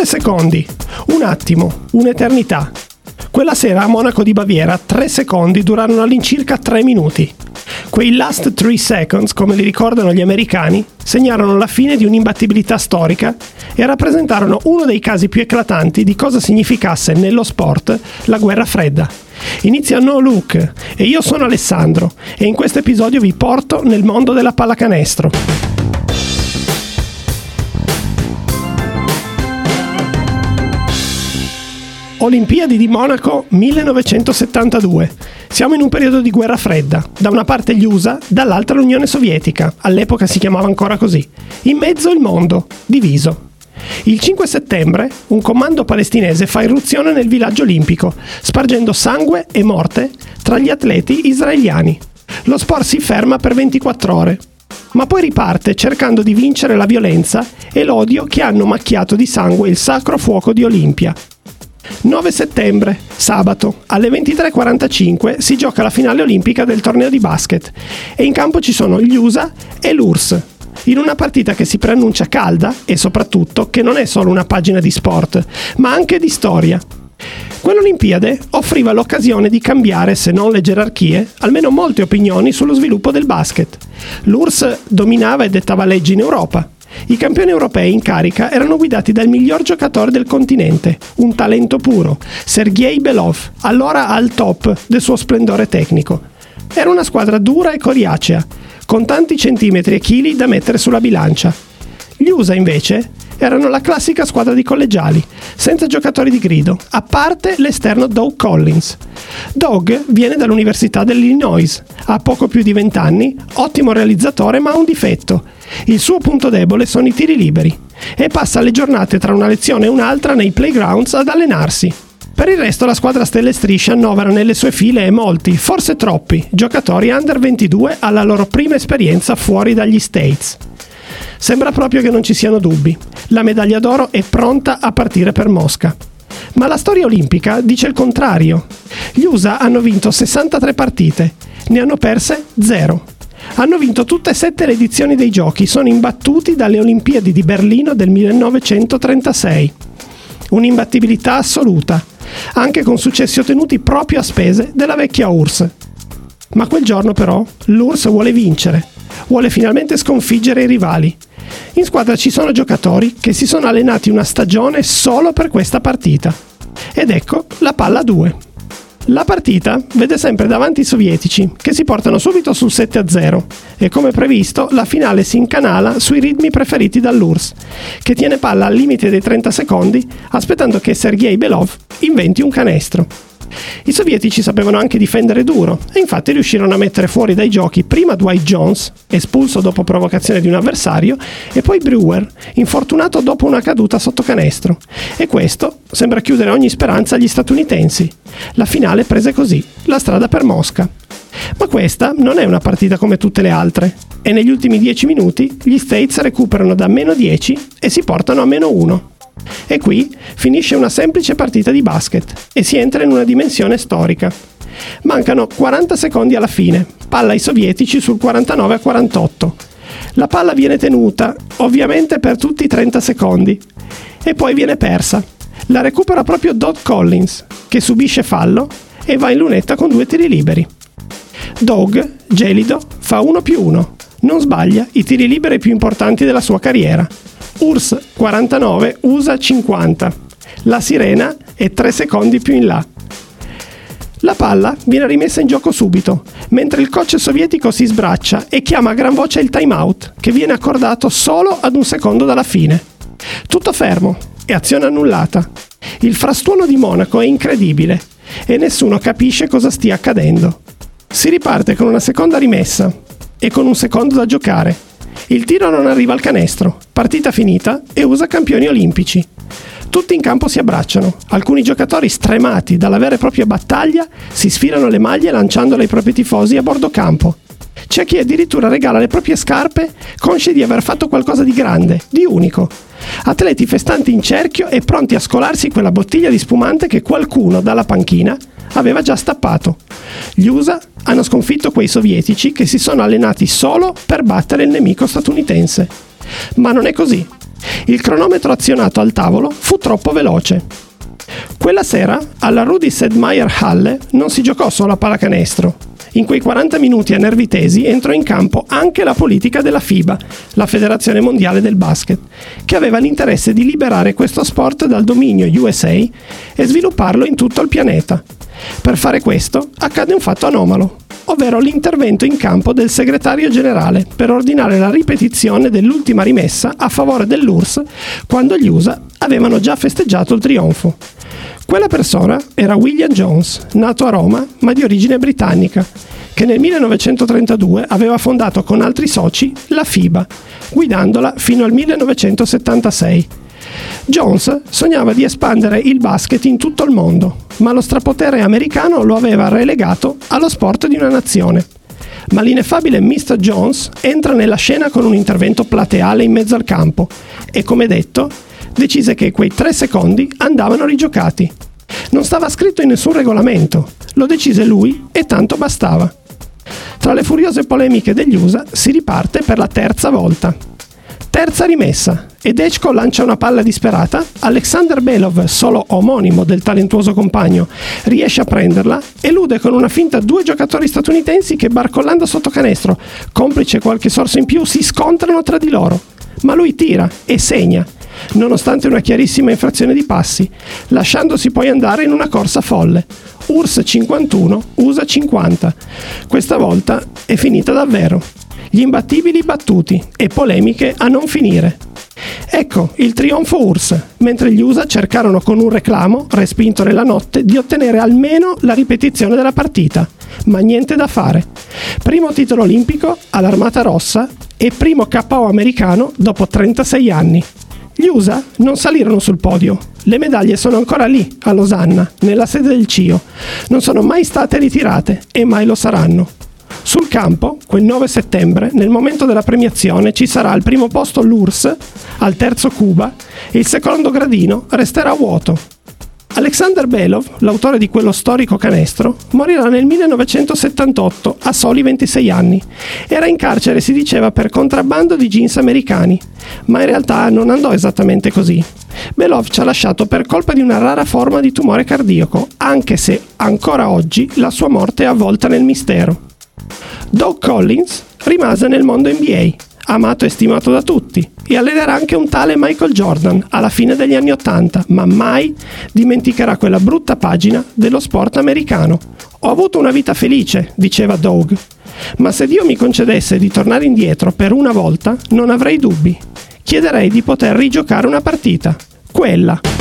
3 secondi, un attimo, un'eternità. Quella sera a Monaco di Baviera 3 secondi durarono all'incirca 3 minuti. Quei last 3 seconds, come li ricordano gli americani, segnarono la fine di un'imbattibilità storica e rappresentarono uno dei casi più eclatanti di cosa significasse nello sport la guerra fredda. Inizia No Look e io sono Alessandro e in questo episodio vi porto nel mondo della pallacanestro. Olimpiadi di Monaco 1972. Siamo in un periodo di guerra fredda. Da una parte gli USA, dall'altra l'Unione Sovietica. All'epoca si chiamava ancora così. In mezzo il mondo, diviso. Il 5 settembre un comando palestinese fa irruzione nel villaggio olimpico, spargendo sangue e morte tra gli atleti israeliani. Lo sport si ferma per 24 ore. Ma poi riparte cercando di vincere la violenza e l'odio che hanno macchiato di sangue il sacro fuoco di Olimpia. 9 settembre, sabato, alle 23:45 si gioca la finale olimpica del torneo di basket e in campo ci sono gli USA e l'URSS, in una partita che si preannuncia calda e soprattutto che non è solo una pagina di sport, ma anche di storia. Quell'Olimpiade offriva l'occasione di cambiare, se non le gerarchie, almeno molte opinioni sullo sviluppo del basket. L'URSS dominava e dettava leggi in Europa. I campioni europei in carica erano guidati dal miglior giocatore del continente, un talento puro, Sergej Belov, allora al top del suo splendore tecnico. Era una squadra dura e coriacea, con tanti centimetri e chili da mettere sulla bilancia. Gli USA invece erano la classica squadra di collegiali, senza giocatori di grido, a parte l'esterno Doug Collins. Doug viene dall'Università dell'Illinois, ha poco più di 20 anni, ottimo realizzatore ma ha un difetto. Il suo punto debole sono i tiri liberi e passa le giornate tra una lezione e un'altra nei playgrounds ad allenarsi. Per il resto la squadra Stelle Strisce annovera nelle sue file molti, forse troppi, giocatori under 22 alla loro prima esperienza fuori dagli States. Sembra proprio che non ci siano dubbi. La medaglia d'oro è pronta a partire per Mosca. Ma la storia olimpica dice il contrario. Gli USA hanno vinto 63 partite, ne hanno perse 0. Hanno vinto tutte e 7 le edizioni dei giochi, sono imbattuti dalle Olimpiadi di Berlino del 1936. Un'imbattibilità assoluta, anche con successi ottenuti proprio a spese della vecchia URSS. Ma quel giorno però l'URSS vuole vincere, vuole finalmente sconfiggere i rivali. In squadra ci sono giocatori che si sono allenati una stagione solo per questa partita. Ed ecco la palla 2. La partita vede sempre davanti i sovietici, che si portano subito sul 7-0 e come previsto la finale si incanala sui ritmi preferiti dall'URSS, che tiene palla al limite dei 30 secondi aspettando che Sergej Belov inventi un canestro. I sovietici sapevano anche difendere duro e infatti riuscirono a mettere fuori dai giochi prima Dwight Jones, espulso dopo provocazione di un avversario, e poi Brewer, infortunato dopo una caduta sotto canestro. E questo sembra chiudere ogni speranza agli statunitensi. La finale prese così la strada per Mosca. Ma questa non è una partita come tutte le altre e negli ultimi 10 minuti gli States recuperano da -10 e si portano a -1. E qui finisce una semplice partita di basket e si entra in una dimensione storica. Mancano 40 secondi alla fine, palla ai sovietici sul 49-48. La palla viene tenuta, ovviamente per tutti i 30 secondi, e poi viene persa. La recupera proprio Doug Collins, che subisce fallo e va in lunetta con 2 tiri liberi. Doug, gelido, fa 1+1, non sbaglia i tiri liberi più importanti della sua carriera. URSS 49, USA 50. La sirena è 3 secondi più in là. La palla viene rimessa in gioco subito, mentre il coach sovietico si sbraccia e chiama a gran voce il timeout, che viene accordato solo ad 1 secondo dalla fine. Tutto fermo e azione annullata. Il frastuono di Monaco è incredibile e nessuno capisce cosa stia accadendo. Si riparte con una seconda rimessa e con 1 secondo da giocare. Il tiro non arriva al canestro, partita finita e USA campioni olimpici. Tutti in campo si abbracciano, alcuni giocatori stremati dalla vera e propria battaglia si sfilano le maglie lanciandole ai propri tifosi a bordo campo. C'è chi addirittura regala le proprie scarpe consci di aver fatto qualcosa di grande, di unico. Atleti festanti in cerchio e pronti a scolarsi quella bottiglia di spumante che qualcuno dalla panchina aveva già stappato. Gli USA hanno sconfitto quei sovietici che si sono allenati solo per battere il nemico statunitense. Ma non è così. Il cronometro azionato al tavolo fu troppo veloce. Quella sera, alla Rudi Sedmeier Halle, non si giocò solo a pallacanestro. In quei 40 minuti a nervi tesi entrò in campo anche la politica della FIBA, la Federazione Mondiale del Basket, che aveva l'interesse di liberare questo sport dal dominio USA e svilupparlo in tutto il pianeta. Per fare questo accade un fatto anomalo, ovvero l'intervento in campo del segretario generale per ordinare la ripetizione dell'ultima rimessa a favore dell'URSS quando gli USA avevano già festeggiato il trionfo. Quella persona era William Jones, nato a Roma ma di origine britannica, che nel 1932 aveva fondato con altri soci la FIBA, guidandola fino al 1976. Jones sognava di espandere il basket in tutto il mondo, ma lo strapotere americano lo aveva relegato allo sport di una nazione. Ma l'ineffabile Mr. Jones entra nella scena con un intervento plateale in mezzo al campo e, come detto, decise che quei 3 secondi andavano rigiocati. Non stava scritto in nessun regolamento, lo decise lui e tanto bastava. Tra le furiose polemiche degli USA si riparte per la terza volta. Terza rimessa, e Dečko lancia una palla disperata, Alexander Belov, solo omonimo del talentuoso compagno, riesce a prenderla, elude con una finta 2 giocatori statunitensi che, barcollando sotto canestro, complice qualche sorso in più, si scontrano tra di loro. Ma lui tira e segna, nonostante una chiarissima infrazione di passi, lasciandosi poi andare in una corsa folle. URSS 51, USA 50. Questa volta è finita davvero. Gli imbattibili battuti e polemiche a non finire. Ecco il trionfo URSS, mentre gli USA cercarono con un reclamo, respinto nella notte, di ottenere almeno la ripetizione della partita. Ma niente da fare. Primo titolo olimpico all'Armata Rossa e primo KO americano dopo 36 anni. Gli USA non salirono sul podio. Le medaglie sono ancora lì, a Losanna, nella sede del CIO. Non sono mai state ritirate e mai lo saranno. Sul campo, quel 9 settembre, nel momento della premiazione, ci sarà al primo posto l'URSS, al terzo Cuba e il secondo gradino resterà vuoto. Alexander Belov, l'autore di quello storico canestro, morirà nel 1978 a soli 26 anni. Era in carcere, si diceva, per contrabbando di jeans americani, ma in realtà non andò esattamente così. Belov ci ha lasciato per colpa di una rara forma di tumore cardiaco, anche se ancora oggi la sua morte è avvolta nel mistero. Doug Collins rimase nel mondo NBA, amato e stimato da tutti, e allenerà anche un tale Michael Jordan alla fine degli anni '80, ma mai dimenticherà quella brutta pagina dello sport americano. Ho avuto una vita felice, diceva Doug, ma se Dio mi concedesse di tornare indietro per una volta, non avrei dubbi. Chiederei di poter rigiocare una partita, quella.